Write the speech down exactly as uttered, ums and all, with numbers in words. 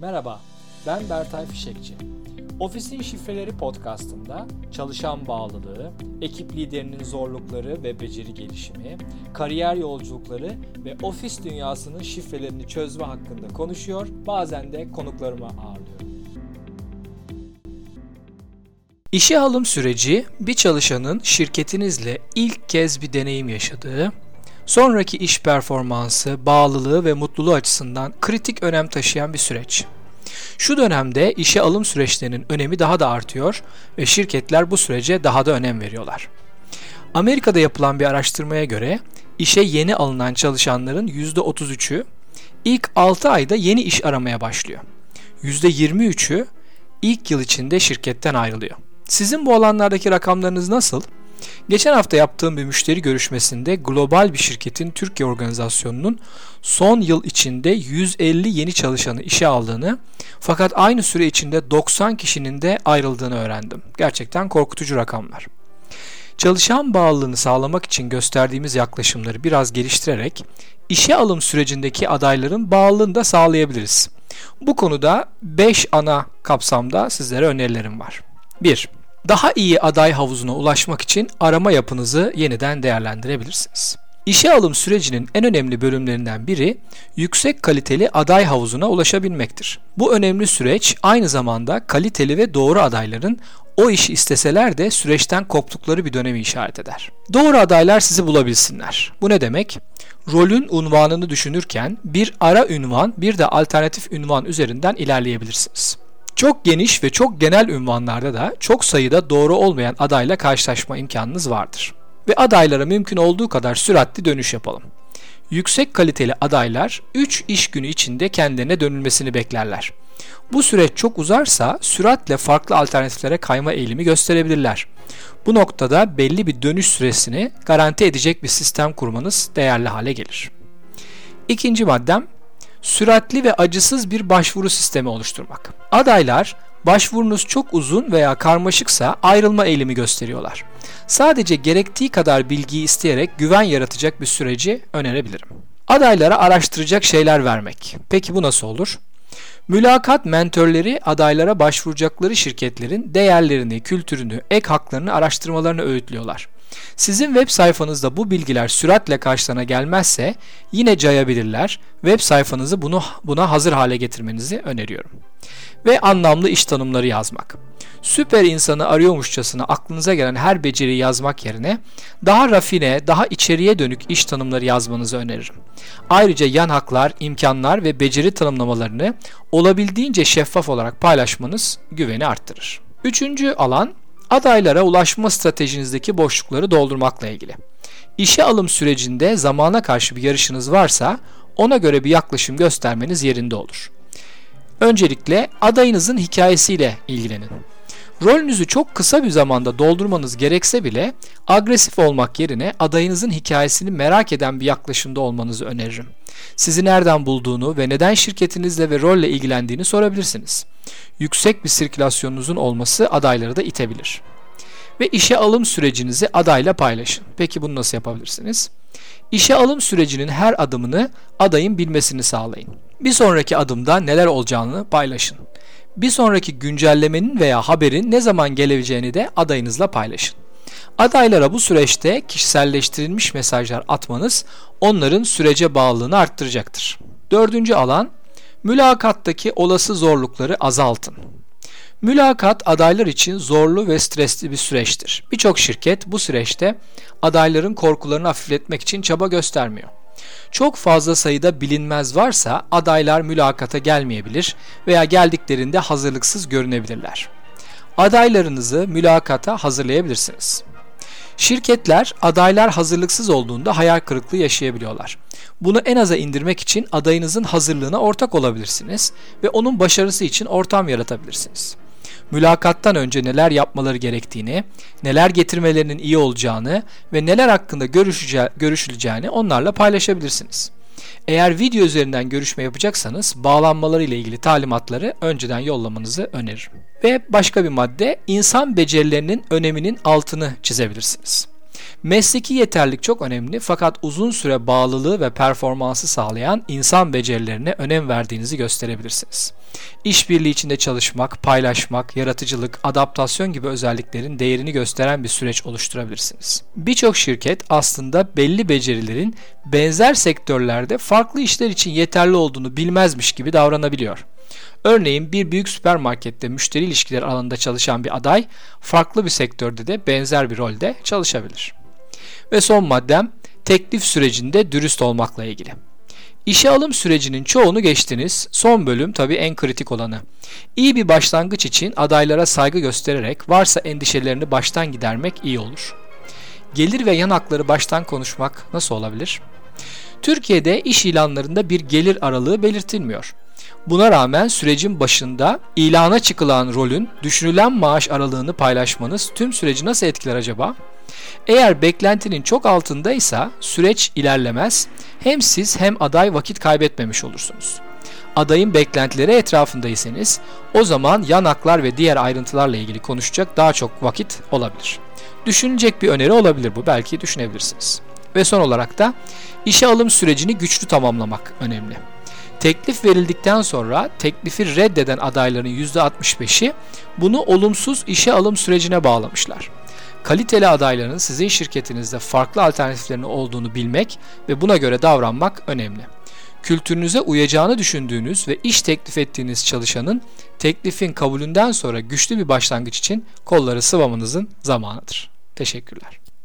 Merhaba, ben Bertay Fişekçi. Ofisin Şifreleri podcastında çalışan bağlılığı, ekip liderinin zorlukları ve beceri gelişimi, kariyer yolculukları ve ofis dünyasının şifrelerini çözme hakkında konuşuyor, bazen de konuklarımı ağırlıyorum. İşe alım süreci bir çalışanın şirketinizle ilk kez bir deneyim yaşadığı, sonraki iş performansı, bağlılığı ve mutluluğu açısından kritik önem taşıyan bir süreç. Şu dönemde işe alım süreçlerinin önemi daha da artıyor ve şirketler bu sürece daha da önem veriyorlar. Amerika'da yapılan bir araştırmaya göre işe yeni alınan çalışanların yüzde otuz üçü ilk altı ayda yeni iş aramaya başlıyor. yüzde yirmi üçü ilk yıl içinde şirketten ayrılıyor. Sizin bu alanlardaki rakamlarınız nasıl? Geçen hafta yaptığım bir müşteri görüşmesinde global bir şirketin Türkiye organizasyonunun son yıl içinde yüz elli yeni çalışanı işe aldığını fakat aynı süre içinde doksan kişinin de ayrıldığını öğrendim. Gerçekten korkutucu rakamlar. Çalışan bağlılığını sağlamak için gösterdiğimiz yaklaşımları biraz geliştirerek işe alım sürecindeki adayların bağlılığını da sağlayabiliriz. Bu konuda beş ana kapsamda sizlere önerilerim var. bir. Daha iyi aday havuzuna ulaşmak için arama yapınızı yeniden değerlendirebilirsiniz. İşe alım sürecinin en önemli bölümlerinden biri yüksek kaliteli aday havuzuna ulaşabilmektir. Bu önemli süreç aynı zamanda kaliteli ve doğru adayların o işi isteseler de süreçten koptukları bir dönemi işaret eder. Doğru adaylar sizi bulabilsinler. Bu ne demek? Rolün unvanını düşünürken bir ara ünvan, bir de alternatif ünvan üzerinden ilerleyebilirsiniz. Çok geniş ve çok genel ünvanlarda da çok sayıda doğru olmayan adayla karşılaşma imkanınız vardır. Ve adaylara mümkün olduğu kadar süratli dönüş yapalım. Yüksek kaliteli adaylar üç iş günü içinde kendilerine dönülmesini beklerler. Bu süreç çok uzarsa süratle farklı alternatiflere kayma eğilimi gösterebilirler. Bu noktada belli bir dönüş süresini garanti edecek bir sistem kurmanız değerli hale gelir. İkinci maddem, süratli ve acısız bir başvuru sistemi oluşturmak. Adaylar, başvurunuz çok uzun veya karmaşıksa ayrılma eğilimi gösteriyorlar. Sadece gerektiği kadar bilgiyi isteyerek güven yaratacak bir süreci önerebilirim. Adaylara araştıracak şeyler vermek. Peki bu nasıl olur? Mülakat mentörleri adaylara başvuracakları şirketlerin değerlerini, kültürünü, ek haklarını araştırmalarını öğütlüyorlar. Sizin web sayfanızda bu bilgiler süratle karşılarına gelmezse yine cayabilirler. Web sayfanızı bunu, buna hazır hale getirmenizi öneriyorum. Ve anlamlı iş tanımları yazmak. Süper insanı arıyormuşçasına aklınıza gelen her beceriyi yazmak yerine daha rafine, daha içeriye dönük iş tanımları yazmanızı öneririm. Ayrıca yan haklar, imkanlar ve beceri tanımlamalarını olabildiğince şeffaf olarak paylaşmanız güveni arttırır. Üçüncü alan, adaylara ulaşma stratejinizdeki boşlukları doldurmakla ilgili. İşe alım sürecinde zamana karşı bir yarışınız varsa ona göre bir yaklaşım göstermeniz yerinde olur. Öncelikle adayınızın hikayesiyle ilgilenin. Rolünüzü çok kısa bir zamanda doldurmanız gerekse bile agresif olmak yerine adayınızın hikayesini merak eden bir yaklaşımda olmanızı öneririm. Sizi nereden bulduğunu ve neden şirketinizle ve rolle ilgilendiğini sorabilirsiniz. Yüksek bir sirkülasyonunuzun olması adayları da itebilir. Ve işe alım sürecinizi adayla paylaşın. Peki bunu nasıl yapabilirsiniz? İşe alım sürecinin her adımını adayın bilmesini sağlayın. Bir sonraki adımda neler olacağını paylaşın. Bir sonraki güncellemenin veya haberin ne zaman geleceğini de adayınızla paylaşın. Adaylara bu süreçte kişiselleştirilmiş mesajlar atmanız onların sürece bağlılığını arttıracaktır. Dördüncü alan, mülakattaki olası zorlukları azaltın. Mülakat adaylar için zorlu ve stresli bir süreçtir. Birçok şirket bu süreçte adayların korkularını hafifletmek için çaba göstermiyor. Çok fazla sayıda bilinmez varsa adaylar mülakata gelmeyebilir veya geldiklerinde hazırlıksız görünebilirler. Adaylarınızı mülakata hazırlayabilirsiniz. Şirketler adaylar hazırlıksız olduğunda hayal kırıklığı yaşayabiliyorlar. Bunu en aza indirmek için adayınızın hazırlığına ortak olabilirsiniz ve onun başarısı için ortam yaratabilirsiniz. Mülakattan önce neler yapmaları gerektiğini, neler getirmelerinin iyi olacağını ve neler hakkında görüşece- görüşüleceğini onlarla paylaşabilirsiniz. Eğer video üzerinden görüşme yapacaksanız bağlanmaları ile ilgili talimatları önceden yollamanızı öneririm. Ve başka bir madde, insan becerilerinin öneminin altını çizebilirsiniz. Mesleki yeterlilik çok önemli fakat uzun süre bağlılığı ve performansı sağlayan insan becerilerine önem verdiğinizi gösterebilirsiniz. İşbirliği içinde çalışmak, paylaşmak, yaratıcılık, adaptasyon gibi özelliklerin değerini gösteren bir süreç oluşturabilirsiniz. Birçok şirket aslında belli becerilerin benzer sektörlerde farklı işler için yeterli olduğunu bilmezmiş gibi davranabiliyor. Örneğin bir büyük süpermarkette müşteri ilişkileri alanında çalışan bir aday farklı bir sektörde de benzer bir rolde çalışabilir. Ve son maddem teklif sürecinde dürüst olmakla ilgili. İşe alım sürecinin çoğunu geçtiniz. Son bölüm tabii en kritik olanı. İyi bir başlangıç için adaylara saygı göstererek varsa endişelerini baştan gidermek iyi olur. Gelir ve yan hakları baştan konuşmak nasıl olabilir? Türkiye'de iş ilanlarında bir gelir aralığı belirtilmiyor. Buna rağmen sürecin başında ilana çıkılan rolün düşünülen maaş aralığını paylaşmanız tüm süreci nasıl etkiler acaba? Eğer beklentinin çok altındaysa süreç ilerlemez, hem siz hem aday vakit kaybetmemiş olursunuz. Adayın beklentileri etrafındaysanız o zaman yan haklar ve diğer ayrıntılarla ilgili konuşacak daha çok vakit olabilir. Düşünecek bir öneri olabilir bu, belki düşünebilirsiniz. Ve son olarak da işe alım sürecini güçlü tamamlamak önemli. Teklif verildikten sonra teklifi reddeden adayların yüzde altmış beşi bunu olumsuz işe alım sürecine bağlamışlar. Kaliteli adayların sizin şirketinizde farklı alternatiflerinin olduğunu bilmek ve buna göre davranmak önemli. Kültürünüze uyacağını düşündüğünüz ve iş teklif ettiğiniz çalışanın teklifin kabulünden sonra güçlü bir başlangıç için kolları sıvamanızın zamanıdır. Teşekkürler.